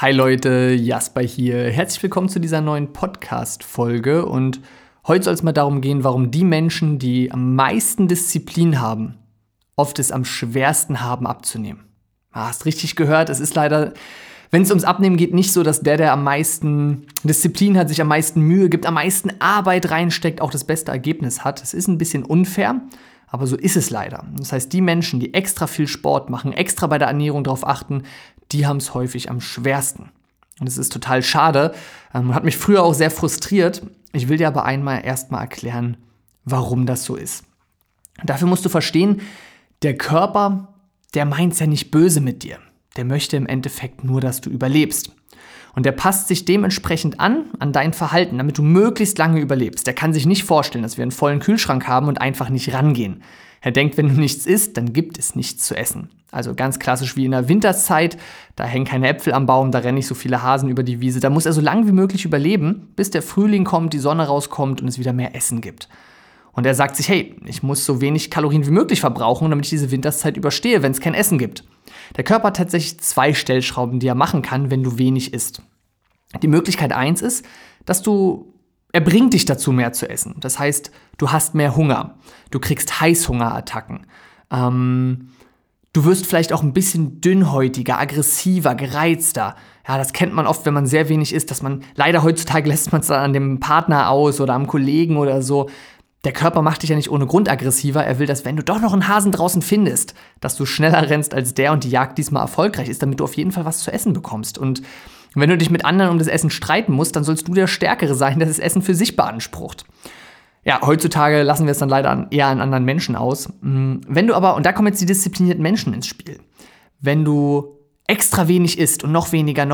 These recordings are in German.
Hi Leute, Jasper hier. Herzlich willkommen zu dieser neuen Podcast-Folge. Und heute soll es mal darum gehen, warum die Menschen, die am meisten Disziplin haben, oft es am schwersten haben abzunehmen. Hast richtig gehört, es ist leider, wenn es ums Abnehmen geht, nicht so, dass der am meisten Disziplin hat, sich am meisten Mühe gibt, am meisten Arbeit reinsteckt, auch das beste Ergebnis hat. Es ist ein bisschen unfair, aber so ist es leider. Das heißt, die Menschen, die extra viel Sport machen, extra bei der Ernährung darauf achten, die haben es häufig am schwersten. Und es ist total schade, hat mich früher auch sehr frustriert. Ich will dir aber erstmal erklären, warum das so ist. Dafür musst du verstehen, der Körper, der meint es ja nicht böse mit dir. Der möchte im Endeffekt nur, dass du überlebst. Und der passt sich dementsprechend an dein Verhalten, damit du möglichst lange überlebst. Der kann sich nicht vorstellen, dass wir einen vollen Kühlschrank haben und einfach nicht rangehen. Er denkt, wenn du nichts isst, dann gibt es nichts zu essen. Also ganz klassisch wie in der Winterszeit, da hängen keine Äpfel am Baum, da rennen nicht so viele Hasen über die Wiese. Da muss er so lange wie möglich überleben, bis der Frühling kommt, die Sonne rauskommt und es wieder mehr Essen gibt. Und er sagt sich, hey, ich muss so wenig Kalorien wie möglich verbrauchen, damit ich diese Winterszeit überstehe, wenn es kein Essen gibt. Der Körper hat tatsächlich 2 Stellschrauben, die er machen kann, wenn du wenig isst. Die Möglichkeit 1 ist, er bringt dich dazu, mehr zu essen. Das heißt, du hast mehr Hunger. Du kriegst Heißhungerattacken. Du wirst vielleicht auch ein bisschen dünnhäutiger, aggressiver, gereizter. Ja, das kennt man oft, wenn man sehr wenig isst, dass man, leider heutzutage lässt man es dann an dem Partner aus oder am Kollegen oder so. Der Körper macht dich ja nicht ohne Grund aggressiver. Er will, dass, wenn du doch noch einen Hasen draußen findest, dass du schneller rennst als der und die Jagd diesmal erfolgreich ist, damit du auf jeden Fall was zu essen bekommst. Und wenn du dich mit anderen um das Essen streiten musst, dann sollst du der Stärkere sein, der das Essen für sich beansprucht. Ja, heutzutage lassen wir es dann leider eher an anderen Menschen aus. Wenn du aber, und da kommen jetzt die disziplinierten Menschen ins Spiel, wenn du extra wenig isst und noch weniger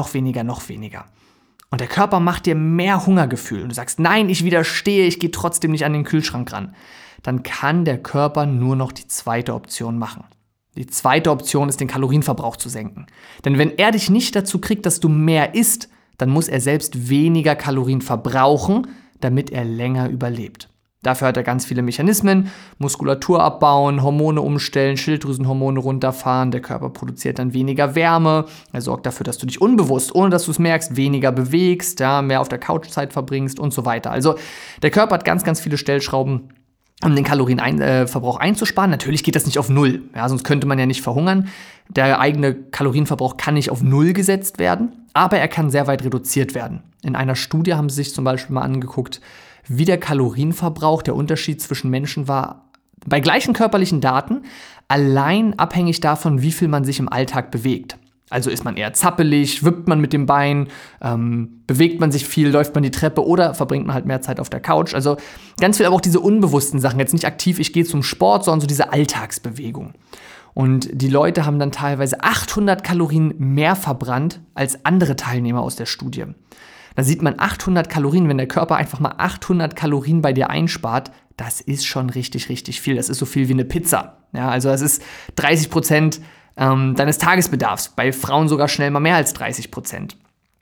und der Körper macht dir mehr Hungergefühl und du sagst, nein, ich widerstehe, ich gehe trotzdem nicht an den Kühlschrank ran, dann kann der Körper nur noch die zweite Option machen. Die zweite Option ist, den Kalorienverbrauch zu senken. Denn wenn er dich nicht dazu kriegt, dass du mehr isst, dann muss er selbst weniger Kalorien verbrauchen, damit er länger überlebt. Dafür hat er ganz viele Mechanismen, Muskulatur abbauen, Hormone umstellen, Schilddrüsenhormone runterfahren, der Körper produziert dann weniger Wärme, er sorgt dafür, dass du dich unbewusst, ohne dass du es merkst, weniger bewegst, ja, mehr auf der Couchzeit verbringst und so weiter. Also der Körper hat ganz, ganz viele Stellschrauben, um den Kalorienverbrauch einzusparen. Natürlich geht das nicht auf 0, ja, sonst könnte man ja nicht verhungern. Der eigene Kalorienverbrauch kann nicht auf 0 gesetzt werden, aber er kann sehr weit reduziert werden. In einer Studie haben sie sich zum Beispiel mal angeguckt, wie der Kalorienverbrauch, der Unterschied zwischen Menschen war, bei gleichen körperlichen Daten, allein abhängig davon, wie viel man sich im Alltag bewegt. Also ist man eher zappelig, wippt man mit dem Bein, bewegt man sich viel, läuft man die Treppe oder verbringt man halt mehr Zeit auf der Couch. Also ganz viel, aber auch diese unbewussten Sachen, jetzt nicht aktiv, ich gehe zum Sport, sondern so diese Alltagsbewegung. Und die Leute haben dann teilweise 800 Kalorien mehr verbrannt als andere Teilnehmer aus der Studie. Da sieht man 800 Kalorien, wenn der Körper einfach mal 800 Kalorien bei dir einspart, das ist schon richtig, richtig viel. Das ist so viel wie eine Pizza. Ja, also das ist 30% deines Tagesbedarfs. Bei Frauen sogar schnell mal mehr als 30%.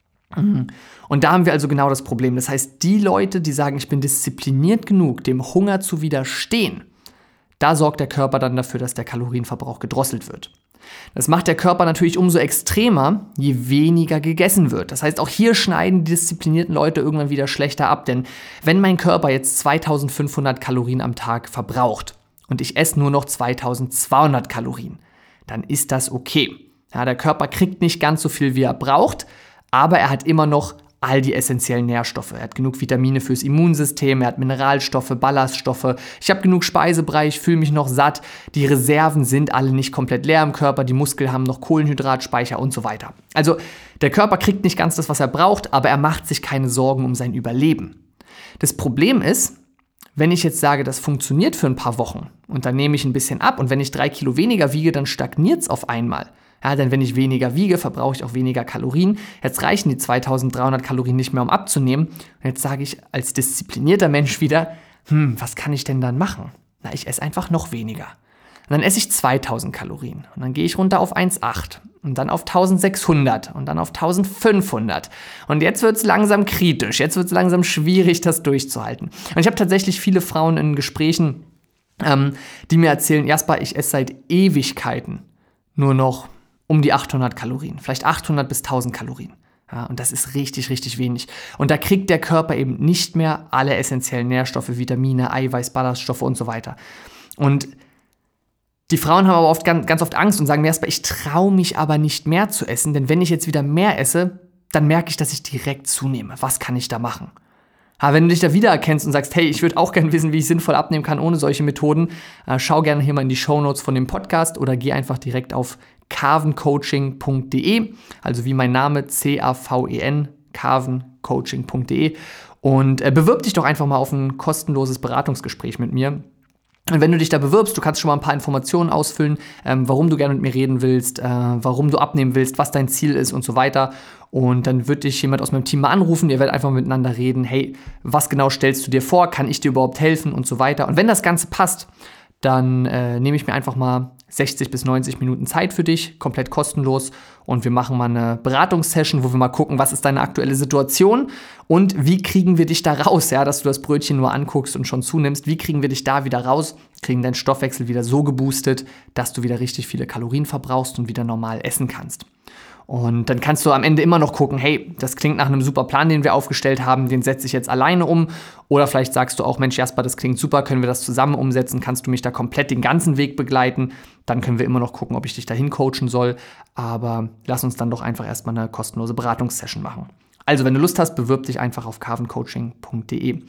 Und da haben wir also genau das Problem. Das heißt, die Leute, die sagen, ich bin diszipliniert genug, dem Hunger zu widerstehen, da sorgt der Körper dann dafür, dass der Kalorienverbrauch gedrosselt wird. Das macht der Körper natürlich umso extremer, je weniger gegessen wird. Das heißt, auch hier schneiden die disziplinierten Leute irgendwann wieder schlechter ab. Denn wenn mein Körper jetzt 2500 Kalorien am Tag verbraucht und ich esse nur noch 2200 Kalorien, dann ist das okay. Ja, der Körper kriegt nicht ganz so viel, wie er braucht, aber er hat immer noch all die essentiellen Nährstoffe. Er hat genug Vitamine fürs Immunsystem, er hat Mineralstoffe, Ballaststoffe. Ich habe genug Speisebrei, ich fühle mich noch satt. Die Reserven sind alle nicht komplett leer im Körper, die Muskeln haben noch Kohlenhydratspeicher und so weiter. Also der Körper kriegt nicht ganz das, was er braucht, aber er macht sich keine Sorgen um sein Überleben. Das Problem ist, wenn ich jetzt sage, das funktioniert für ein paar Wochen und dann nehme ich ein bisschen ab und wenn ich 3 Kilo weniger wiege, dann stagniert es auf einmal. Ja, denn wenn ich weniger wiege, verbrauche ich auch weniger Kalorien. Jetzt reichen die 2300 Kalorien nicht mehr, um abzunehmen. Und jetzt sage ich als disziplinierter Mensch wieder, was kann ich denn dann machen? Na, ich esse einfach noch weniger. Und dann esse ich 2000 Kalorien. Und dann gehe ich runter auf 1,8 und dann auf 1600 und dann auf 1500. Und jetzt wird es langsam kritisch. Jetzt wird es langsam schwierig, das durchzuhalten. Und ich habe tatsächlich viele Frauen in Gesprächen, die mir erzählen, Jasper, ich esse seit Ewigkeiten nur noch um die 800 Kalorien, vielleicht 800 bis 1000 Kalorien. Ja, und das ist richtig, richtig wenig. Und da kriegt der Körper eben nicht mehr alle essentiellen Nährstoffe, Vitamine, Eiweiß, Ballaststoffe und so weiter. Und die Frauen haben aber oft, ganz oft Angst und sagen mir erstmal, ich traue mich aber nicht mehr zu essen, denn wenn ich jetzt wieder mehr esse, dann merke ich, dass ich direkt zunehme. Was kann ich da machen? Aber wenn du dich da wiedererkennst und sagst, hey, ich würde auch gerne wissen, wie ich sinnvoll abnehmen kann ohne solche Methoden, schau gerne hier mal in die Shownotes von dem Podcast oder geh einfach direkt auf carvencoaching.de, also wie mein Name, CAVEN, carvencoaching.de und bewirb dich doch einfach mal auf ein kostenloses Beratungsgespräch mit mir. Und wenn du dich da bewirbst, du kannst schon mal ein paar Informationen ausfüllen, warum du gerne mit mir reden willst, warum du abnehmen willst, was dein Ziel ist und so weiter. Und dann wird dich jemand aus meinem Team mal anrufen, ihr werdet einfach miteinander reden, hey, was genau stellst du dir vor, kann ich dir überhaupt helfen und so weiter. Und wenn das Ganze passt, dann nehme ich mir einfach mal 60 bis 90 Minuten Zeit für dich, komplett kostenlos. Und wir machen mal eine Beratungssession, wo wir mal gucken, was ist deine aktuelle Situation und wie kriegen wir dich da raus, ja, dass du das Brötchen nur anguckst und schon zunimmst. Wie kriegen wir dich da wieder raus, kriegen deinen Stoffwechsel wieder so geboostet, dass du wieder richtig viele Kalorien verbrauchst und wieder normal essen kannst. Und dann kannst du am Ende immer noch gucken, hey, das klingt nach einem super Plan, den wir aufgestellt haben, den setze ich jetzt alleine um. Oder vielleicht sagst du auch, Mensch Jasper, das klingt super, können wir das zusammen umsetzen, kannst du mich da komplett den ganzen Weg begleiten. Dann können wir immer noch gucken, ob ich dich dahin coachen soll. Aber lass uns dann doch einfach erstmal eine kostenlose Beratungssession machen. Also wenn du Lust hast, bewirb dich einfach auf carvencoaching.de.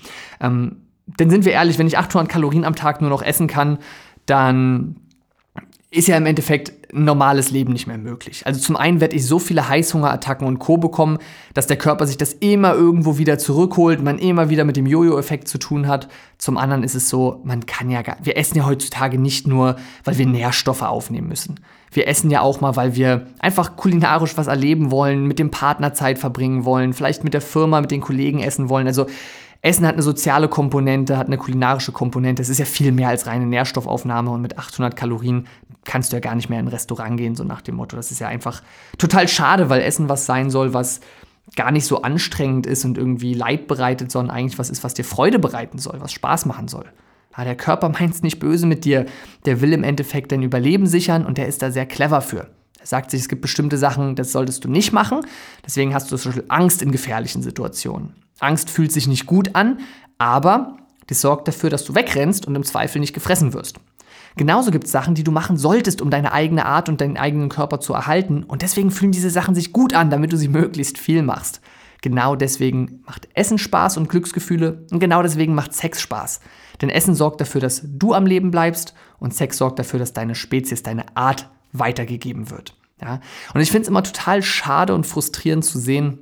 Denn sind wir ehrlich, wenn ich 800 Kalorien am Tag nur noch essen kann, dann ist ja im Endeffekt ein normales Leben nicht mehr möglich. Also zum einen werde ich so viele Heißhungerattacken und Co. bekommen, dass der Körper sich das immer irgendwo wieder zurückholt, man immer wieder mit dem Jojo-Effekt zu tun hat. Zum anderen ist es so, wir essen ja heutzutage nicht nur, weil wir Nährstoffe aufnehmen müssen. Wir essen ja auch mal, weil wir einfach kulinarisch was erleben wollen, mit dem Partner Zeit verbringen wollen, vielleicht mit der Firma, mit den Kollegen essen wollen. Also Essen hat eine soziale Komponente, hat eine kulinarische Komponente. Es ist ja viel mehr als reine Nährstoffaufnahme und mit 800 Kalorien kannst du ja gar nicht mehr in ein Restaurant gehen, so nach dem Motto. Das ist ja einfach total schade, weil Essen was sein soll, was gar nicht so anstrengend ist und irgendwie Leid bereitet, sondern eigentlich was ist, was dir Freude bereiten soll, was Spaß machen soll. Ja, der Körper meint es nicht böse mit dir. Der will im Endeffekt dein Überleben sichern und der ist da sehr clever für. Er sagt sich, es gibt bestimmte Sachen, das solltest du nicht machen. Deswegen hast du zum Beispiel Angst in gefährlichen Situationen. Angst fühlt sich nicht gut an, aber das sorgt dafür, dass du wegrennst und im Zweifel nicht gefressen wirst. Genauso gibt es Sachen, die du machen solltest, um deine eigene Art und deinen eigenen Körper zu erhalten. Und deswegen fühlen diese Sachen sich gut an, damit du sie möglichst viel machst. Genau deswegen macht Essen Spaß und Glücksgefühle und genau deswegen macht Sex Spaß. Denn Essen sorgt dafür, dass du am Leben bleibst und Sex sorgt dafür, dass deine Spezies, deine Art weitergegeben wird. Ja? Und ich finde es immer total schade und frustrierend zu sehen,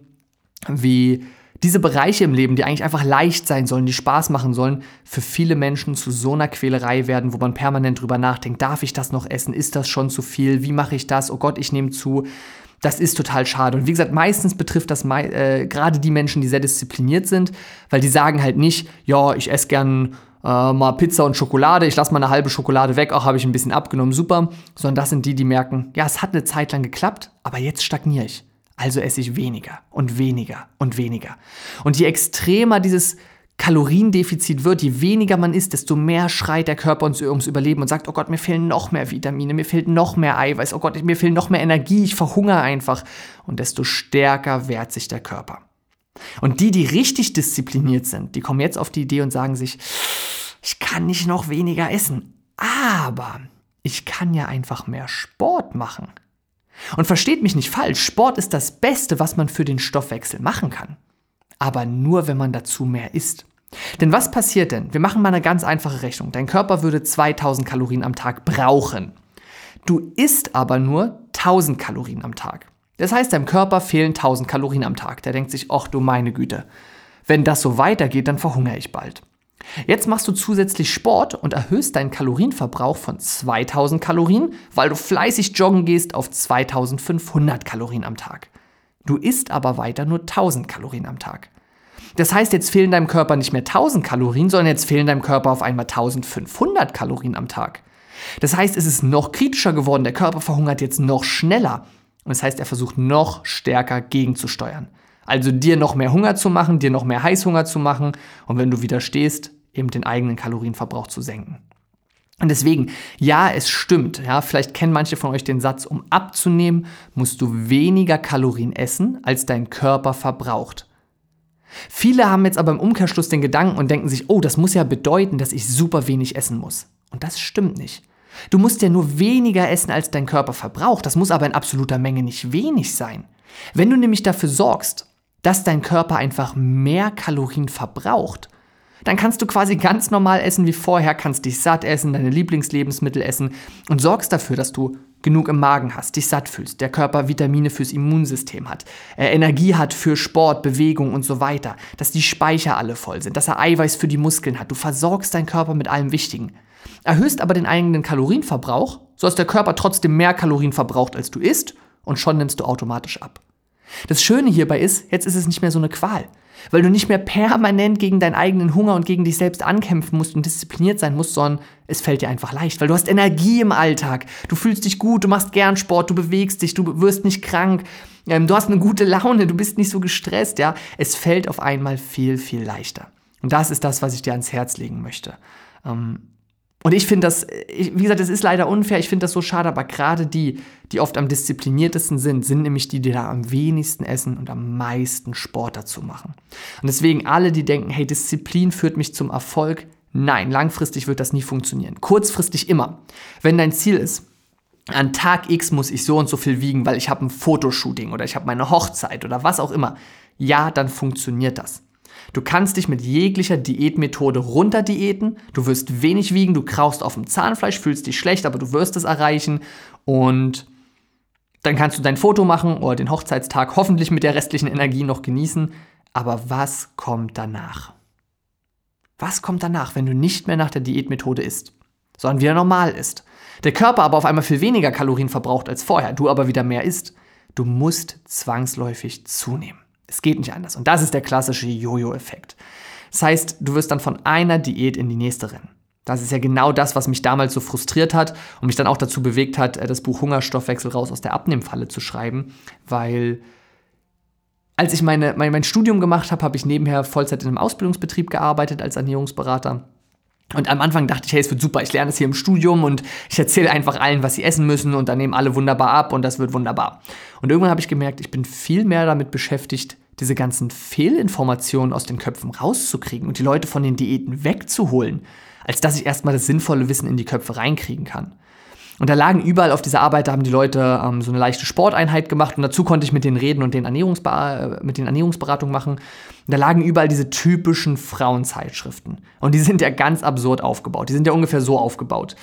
wie diese Bereiche im Leben, die eigentlich einfach leicht sein sollen, die Spaß machen sollen, für viele Menschen zu so einer Quälerei werden, wo man permanent drüber nachdenkt, darf ich das noch essen, ist das schon zu viel, wie mache ich das, oh Gott, ich nehme zu. Das ist total schade. Und wie gesagt, meistens betrifft das gerade die Menschen, die sehr diszipliniert sind, weil die sagen halt nicht, ja, ich esse gern mal Pizza und Schokolade, ich lasse mal eine halbe Schokolade weg, auch habe ich ein bisschen abgenommen, super. Sondern das sind die merken, ja, es hat eine Zeit lang geklappt, aber jetzt stagniere ich. Also esse ich weniger und weniger und weniger. Und je extremer dieses Kaloriendefizit wird, je weniger man isst, desto mehr schreit der Körper ums Überleben und sagt, oh Gott, mir fehlen noch mehr Vitamine, mir fehlt noch mehr Eiweiß, oh Gott, mir fehlt noch mehr Energie, ich verhungere einfach. Und desto stärker wehrt sich der Körper. Und die richtig diszipliniert sind, die kommen jetzt auf die Idee und sagen sich, ich kann nicht noch weniger essen, aber ich kann ja einfach mehr Sport machen. Und versteht mich nicht falsch, Sport ist das Beste, was man für den Stoffwechsel machen kann. Aber nur, wenn man dazu mehr isst. Denn was passiert denn? Wir machen mal eine ganz einfache Rechnung. Dein Körper würde 2000 Kalorien am Tag brauchen. Du isst aber nur 1000 Kalorien am Tag. Das heißt, deinem Körper fehlen 1000 Kalorien am Tag. Der denkt sich, ach du meine Güte, wenn das so weitergeht, dann verhungere ich bald. Jetzt machst du zusätzlich Sport und erhöhst deinen Kalorienverbrauch von 2000 Kalorien, weil du fleißig joggen gehst, auf 2500 Kalorien am Tag. Du isst aber weiter nur 1000 Kalorien am Tag. Das heißt, jetzt fehlen deinem Körper nicht mehr 1000 Kalorien, sondern jetzt fehlen deinem Körper auf einmal 1500 Kalorien am Tag. Das heißt, es ist noch kritischer geworden, der Körper verhungert jetzt noch schneller. Und das heißt, er versucht noch stärker gegenzusteuern. Also dir noch mehr Hunger zu machen, dir noch mehr Heißhunger zu machen und wenn du widerstehst, eben den eigenen Kalorienverbrauch zu senken. Und deswegen, ja, es stimmt. Ja, vielleicht kennen manche von euch den Satz, um abzunehmen, musst du weniger Kalorien essen, als dein Körper verbraucht. Viele haben jetzt aber im Umkehrschluss den Gedanken und denken sich, oh, das muss ja bedeuten, dass ich super wenig essen muss. Und das stimmt nicht. Du musst ja nur weniger essen, als dein Körper verbraucht. Das muss aber in absoluter Menge nicht wenig sein. Wenn du nämlich dafür sorgst, dass dein Körper einfach mehr Kalorien verbraucht, dann kannst du quasi ganz normal essen wie vorher, kannst dich satt essen, deine Lieblingslebensmittel essen und sorgst dafür, dass du genug im Magen hast, dich satt fühlst, der Körper Vitamine fürs Immunsystem hat, Energie hat für Sport, Bewegung und so weiter, dass die Speicher alle voll sind, dass er Eiweiß für die Muskeln hat. Du versorgst deinen Körper mit allem Wichtigen. Erhöhst aber den eigenen Kalorienverbrauch, so dass der Körper trotzdem mehr Kalorien verbraucht, als du isst, und schon nimmst du automatisch ab. Das Schöne hierbei ist, jetzt ist es nicht mehr so eine Qual, weil du nicht mehr permanent gegen deinen eigenen Hunger und gegen dich selbst ankämpfen musst und diszipliniert sein musst, sondern es fällt dir einfach leicht, weil du hast Energie im Alltag, du fühlst dich gut, du machst gern Sport, du bewegst dich, du wirst nicht krank, du hast eine gute Laune, du bist nicht so gestresst, ja, es fällt auf einmal viel, viel leichter. Und das ist das, was ich dir ans Herz legen möchte. Und ich finde das, wie gesagt, es ist leider unfair, ich finde das so schade, aber gerade die oft am diszipliniertesten sind nämlich die da am wenigsten essen und am meisten Sport dazu machen. Und deswegen alle, die denken, hey, Disziplin führt mich zum Erfolg, nein, langfristig wird das nie funktionieren. Kurzfristig immer. Wenn dein Ziel ist, an Tag X muss ich so und so viel wiegen, weil ich habe ein Fotoshooting oder ich habe meine Hochzeit oder was auch immer, ja, dann funktioniert das. Du kannst dich mit jeglicher Diätmethode runterdiäten, du wirst wenig wiegen, du krauchst auf dem Zahnfleisch, fühlst dich schlecht, aber du wirst es erreichen und dann kannst du dein Foto machen oder den Hochzeitstag hoffentlich mit der restlichen Energie noch genießen. Aber was kommt danach? Was kommt danach, wenn du nicht mehr nach der Diätmethode isst, sondern wieder normal isst? Der Körper aber auf einmal viel weniger Kalorien verbraucht als vorher, du aber wieder mehr isst. Du musst zwangsläufig zunehmen. Es geht nicht anders. Und das ist der klassische Jojo-Effekt. Das heißt, du wirst dann von einer Diät in die nächste rennen. Das ist ja genau das, was mich damals so frustriert hat und mich dann auch dazu bewegt hat, das Buch Hungerstoffwechsel raus aus der Abnehmfalle zu schreiben, weil als ich mein Studium gemacht habe, habe ich nebenher Vollzeit in einem Ausbildungsbetrieb gearbeitet als Ernährungsberater. Und am Anfang dachte ich, hey, es wird super, ich lerne es hier im Studium und ich erzähle einfach allen, was sie essen müssen und dann nehmen alle wunderbar ab und das wird wunderbar. Und irgendwann habe ich gemerkt, ich bin viel mehr damit beschäftigt, diese ganzen Fehlinformationen aus den Köpfen rauszukriegen und die Leute von den Diäten wegzuholen, als dass ich erstmal das sinnvolle Wissen in die Köpfe reinkriegen kann. Und da lagen überall auf dieser Arbeit, da haben die Leute so eine leichte Sporteinheit gemacht und dazu konnte ich mit denen reden und mit den Ernährungsberatungen machen. Und da lagen überall diese typischen Frauenzeitschriften. Und die sind ja ganz absurd aufgebaut. Die sind ja ungefähr so aufgebaut.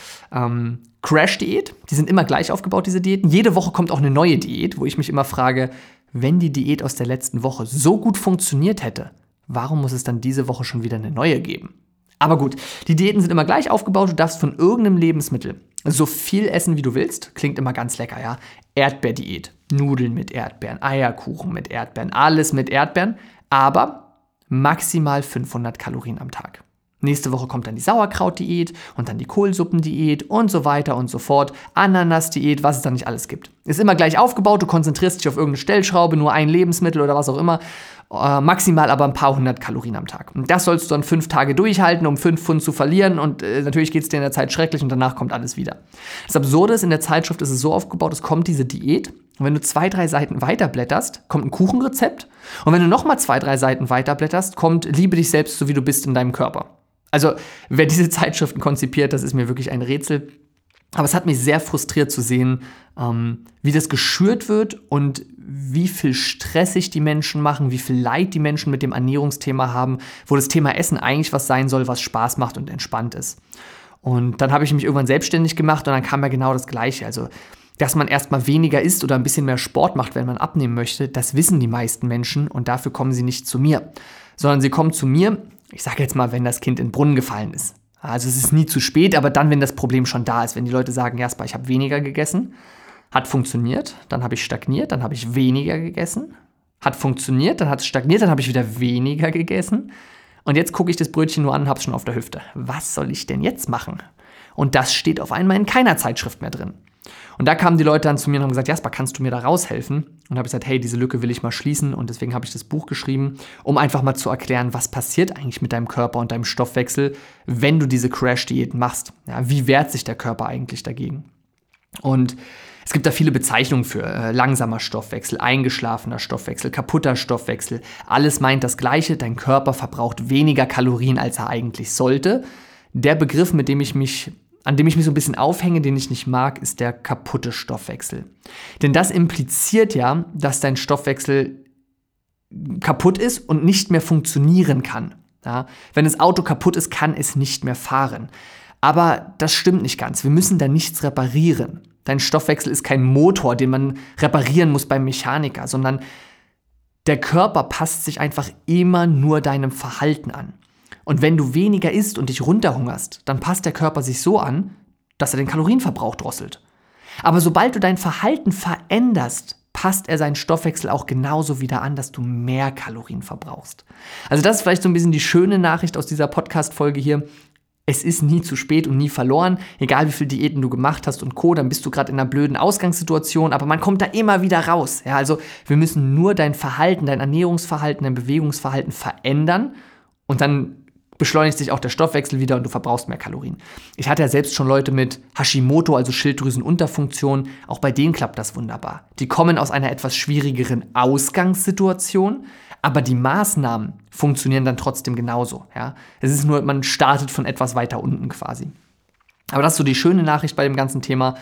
Crash-Diät, die sind immer gleich aufgebaut, diese Diäten. Jede Woche kommt auch eine neue Diät, wo ich mich immer frage, wenn die Diät aus der letzten Woche so gut funktioniert hätte, warum muss es dann diese Woche schon wieder eine neue geben? Aber gut, die Diäten sind immer gleich aufgebaut. Du darfst von irgendeinem Lebensmittel so viel essen, wie du willst. Klingt immer ganz lecker, ja. Erdbeerdiät, Nudeln mit Erdbeeren, Eierkuchen mit Erdbeeren, alles mit Erdbeeren. Aber maximal 500 Kalorien am Tag. Nächste Woche kommt dann die Sauerkrautdiät und dann die Kohlsuppendiät und so weiter und so fort. Ananasdiät, was es da nicht alles gibt. Ist immer gleich aufgebaut, du konzentrierst dich auf irgendeine Stellschraube, nur ein Lebensmittel oder was auch immer. Maximal aber ein paar hundert Kalorien am Tag. Und das sollst du dann 5 Tage durchhalten, um 5 Pfund zu verlieren. Und natürlich geht es dir in der Zeit schrecklich und danach kommt alles wieder. Das Absurde ist, in der Zeitschrift ist es so aufgebaut, es kommt diese Diät. Und wenn du 2-3 Seiten weiterblätterst, kommt ein Kuchenrezept. Und wenn du nochmal 2-3 Seiten weiterblätterst, kommt Liebe dich selbst, so wie du bist in deinem Körper. Also, wer diese Zeitschriften konzipiert, das ist mir wirklich ein Rätsel. Aber es hat mich sehr frustriert zu sehen, wie das geschürt wird und wie viel Stress sich die Menschen machen, wie viel Leid die Menschen mit dem Ernährungsthema haben, wo das Thema Essen eigentlich was sein soll, was Spaß macht und entspannt ist. Und dann habe ich mich irgendwann selbstständig gemacht und dann kam ja genau das Gleiche. Also, dass man erstmal weniger isst oder ein bisschen mehr Sport macht, wenn man abnehmen möchte, das wissen die meisten Menschen und dafür kommen sie nicht zu mir. Sondern sie kommen zu mir, ich sage jetzt mal, wenn das Kind in den Brunnen gefallen ist. Also es ist nie zu spät, aber dann, wenn das Problem schon da ist, wenn die Leute sagen, Jasper, ich habe weniger gegessen, hat funktioniert, dann habe ich stagniert, dann habe ich weniger gegessen, hat funktioniert, dann hat es stagniert, dann habe ich wieder weniger gegessen und jetzt gucke ich das Brötchen nur an und habe es schon auf der Hüfte. Was soll ich denn jetzt machen? Und das steht auf einmal in keiner Zeitschrift mehr drin. Und da kamen die Leute dann zu mir und haben gesagt, Jasper, kannst du mir da raushelfen? und habe gesagt, hey, diese Lücke will ich mal schließen und deswegen habe ich das Buch geschrieben, um einfach mal zu erklären, was passiert eigentlich mit deinem Körper und deinem Stoffwechsel, wenn du diese Crash-Diäten machst. Ja, wie wehrt sich der Körper eigentlich dagegen? Und es gibt da viele Bezeichnungen für langsamer Stoffwechsel, eingeschlafener Stoffwechsel, kaputter Stoffwechsel. Alles meint das Gleiche, dein Körper verbraucht weniger Kalorien, als er eigentlich sollte. Der Begriff, an dem ich mich so ein bisschen aufhänge, den ich nicht mag, ist der kaputte Stoffwechsel. Denn das impliziert ja, dass dein Stoffwechsel kaputt ist und nicht mehr funktionieren kann. Ja? Wenn das Auto kaputt ist, kann es nicht mehr fahren. Aber das stimmt nicht ganz. Wir müssen da nichts reparieren. Dein Stoffwechsel ist kein Motor, den man reparieren muss beim Mechaniker, sondern der Körper passt sich einfach immer nur deinem Verhalten an. Und wenn du weniger isst und dich runterhungerst, dann passt der Körper sich so an, dass er den Kalorienverbrauch drosselt. Aber sobald du dein Verhalten veränderst, passt er seinen Stoffwechsel auch genauso wieder an, dass du mehr Kalorien verbrauchst. Also das ist vielleicht so ein bisschen die schöne Nachricht aus dieser Podcast-Folge hier. Es ist nie zu spät und nie verloren, egal wie viel Diäten du gemacht hast und Co., dann bist du gerade in einer blöden Ausgangssituation, aber man kommt da immer wieder raus. Ja, also wir müssen nur dein Verhalten, dein Ernährungsverhalten, dein Bewegungsverhalten verändern und dann beschleunigt sich auch der Stoffwechsel wieder und du verbrauchst mehr Kalorien. Ich hatte ja selbst schon Leute mit Hashimoto, also Schilddrüsenunterfunktion, auch bei denen klappt das wunderbar. Die kommen aus einer etwas schwierigeren Ausgangssituation, aber die Maßnahmen funktionieren dann trotzdem genauso. Ja? Es ist nur, man startet von etwas weiter unten quasi. Aber das ist so die schöne Nachricht bei dem ganzen Thema.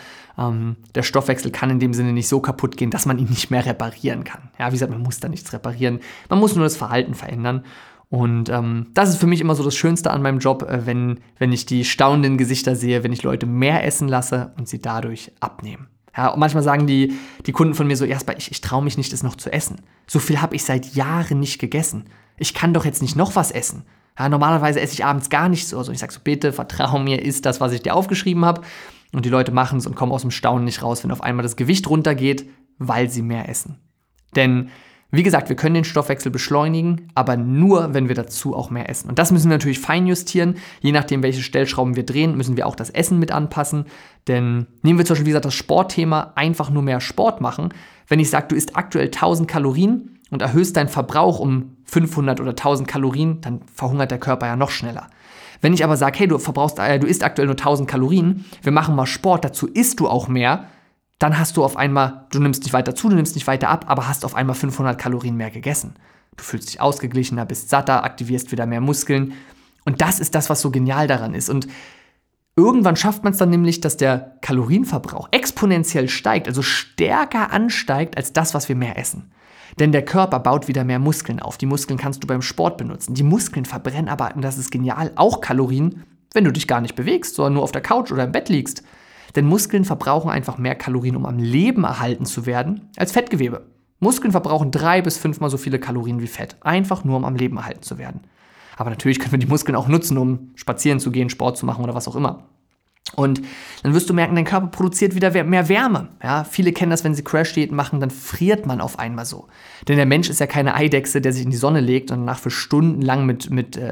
Der Stoffwechsel kann in dem Sinne nicht so kaputt gehen, dass man ihn nicht mehr reparieren kann. Ja, wie gesagt, man muss da nichts reparieren. Man muss nur das Verhalten verändern. Und das ist für mich immer so das Schönste an meinem Job, wenn ich die staunenden Gesichter sehe, wenn ich Leute mehr essen lasse und sie dadurch abnehmen. Ja, und manchmal sagen die Kunden von mir so, Jasper, ich traue mich nicht, das noch zu essen. So viel habe ich seit Jahren nicht gegessen. Ich kann doch jetzt nicht noch was essen. Ja, normalerweise esse ich abends gar nichts. Also ich sage so, bitte vertrau mir, isst das, was ich dir aufgeschrieben habe. Und die Leute machen es und kommen aus dem Staunen nicht raus, wenn auf einmal das Gewicht runtergeht, weil sie mehr essen. Denn wie gesagt, wir können den Stoffwechsel beschleunigen, aber nur, wenn wir dazu auch mehr essen. Und das müssen wir natürlich feinjustieren. Je nachdem, welche Stellschrauben wir drehen, müssen wir auch das Essen mit anpassen. Denn nehmen wir zum Beispiel, wie gesagt, das Sportthema, einfach nur mehr Sport machen. Wenn ich sage, du isst aktuell 1000 Kalorien und erhöhst deinen Verbrauch um 500 oder 1000 Kalorien, dann verhungert der Körper ja noch schneller. Wenn ich aber sage, hey, du isst aktuell nur 1000 Kalorien, wir machen mal Sport, dazu isst du auch mehr, dann hast du auf einmal, du nimmst nicht weiter zu, du nimmst nicht weiter ab, aber hast auf einmal 500 Kalorien mehr gegessen. Du fühlst dich ausgeglichener, bist satter, aktivierst wieder mehr Muskeln. Und das ist das, was so genial daran ist. Und irgendwann schafft man es dann nämlich, dass der Kalorienverbrauch exponentiell steigt, also stärker ansteigt als das, was wir mehr essen. Denn der Körper baut wieder mehr Muskeln auf. Die Muskeln kannst du beim Sport benutzen. Die Muskeln verbrennen aber, und das ist genial, auch Kalorien, wenn du dich gar nicht bewegst, sondern nur auf der Couch oder im Bett liegst. Denn Muskeln verbrauchen einfach mehr Kalorien, um am Leben erhalten zu werden, als Fettgewebe. Muskeln verbrauchen 3 bis 5 Mal so viele Kalorien wie Fett, einfach nur um am Leben erhalten zu werden. Aber natürlich können wir die Muskeln auch nutzen, um spazieren zu gehen, Sport zu machen oder was auch immer. Und dann wirst du merken, dein Körper produziert wieder mehr Wärme. Ja, viele kennen das, wenn sie Crash-Diäten machen, dann friert man auf einmal so. Denn der Mensch ist ja keine Eidechse, der sich in die Sonne legt und danach für Stunden lang mit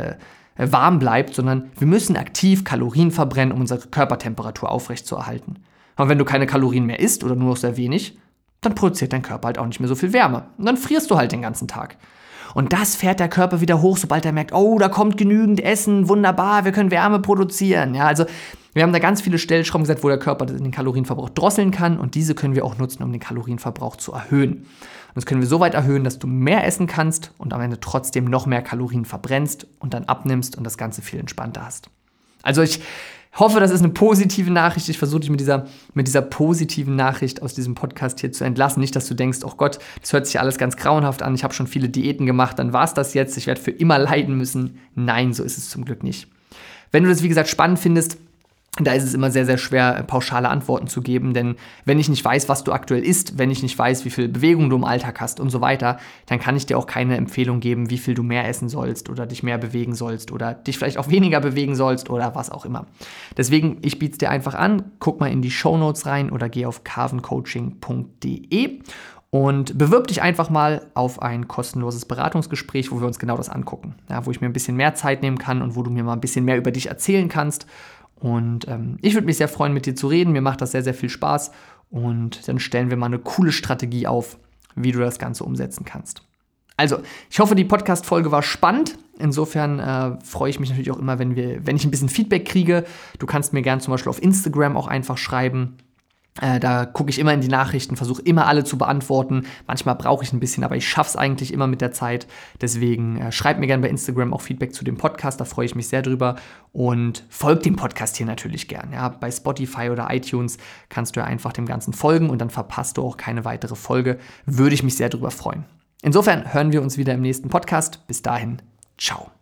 warm bleibt, sondern wir müssen aktiv Kalorien verbrennen, um unsere Körpertemperatur aufrechtzuerhalten. Und wenn du keine Kalorien mehr isst oder nur noch sehr wenig, dann produziert dein Körper halt auch nicht mehr so viel Wärme. Und dann frierst du halt den ganzen Tag. Und das fährt der Körper wieder hoch, sobald er merkt, oh, da kommt genügend Essen, wunderbar, wir können Wärme produzieren. Ja, also wir haben da ganz viele Stellschrauben gesetzt, wo der Körper den Kalorienverbrauch drosseln kann und diese können wir auch nutzen, um den Kalorienverbrauch zu erhöhen. Und das können wir so weit erhöhen, dass du mehr essen kannst und am Ende trotzdem noch mehr Kalorien verbrennst und dann abnimmst und das Ganze viel entspannter hast. Also ich hoffe, das ist eine positive Nachricht. Ich versuche dich mit dieser positiven Nachricht aus diesem Podcast hier zu entlassen. Nicht, dass du denkst, oh Gott, das hört sich alles ganz grauenhaft an. Ich habe schon viele Diäten gemacht, dann war es das jetzt. Ich werde für immer leiden müssen. Nein, so ist es zum Glück nicht. Wenn du das, wie gesagt, spannend findest, da ist es immer sehr, sehr schwer, pauschale Antworten zu geben, denn wenn ich nicht weiß, was du aktuell isst, wenn ich nicht weiß, wie viel Bewegung du im Alltag hast und so weiter, dann kann ich dir auch keine Empfehlung geben, wie viel du mehr essen sollst oder dich mehr bewegen sollst oder dich vielleicht auch weniger bewegen sollst oder was auch immer. Deswegen, ich biete es dir einfach an, guck mal in die Shownotes rein oder geh auf carvencoaching.de und bewirb dich einfach mal auf ein kostenloses Beratungsgespräch, wo wir uns genau das angucken, ja, wo ich mir ein bisschen mehr Zeit nehmen kann und wo du mir mal ein bisschen mehr über dich erzählen kannst. Und ich würde mich sehr freuen, mit dir zu reden. Mir macht das sehr, sehr viel Spaß. Und dann stellen wir mal eine coole Strategie auf, wie du das Ganze umsetzen kannst. Also, ich hoffe, die Podcast-Folge war spannend. Insofern freue ich mich natürlich auch immer, wenn ich ein bisschen Feedback kriege. Du kannst mir gerne zum Beispiel auf Instagram auch einfach schreiben. Da gucke ich immer in die Nachrichten, versuche immer alle zu beantworten. Manchmal brauche ich ein bisschen, aber ich schaffe es eigentlich immer mit der Zeit. Deswegen schreib mir gerne bei Instagram auch Feedback zu dem Podcast, da freue ich mich sehr drüber. Und folgt dem Podcast hier natürlich gern. Ja, bei Spotify oder iTunes kannst du ja einfach dem Ganzen folgen und dann verpasst du auch keine weitere Folge. Würde ich mich sehr drüber freuen. Insofern hören wir uns wieder im nächsten Podcast. Bis dahin, ciao.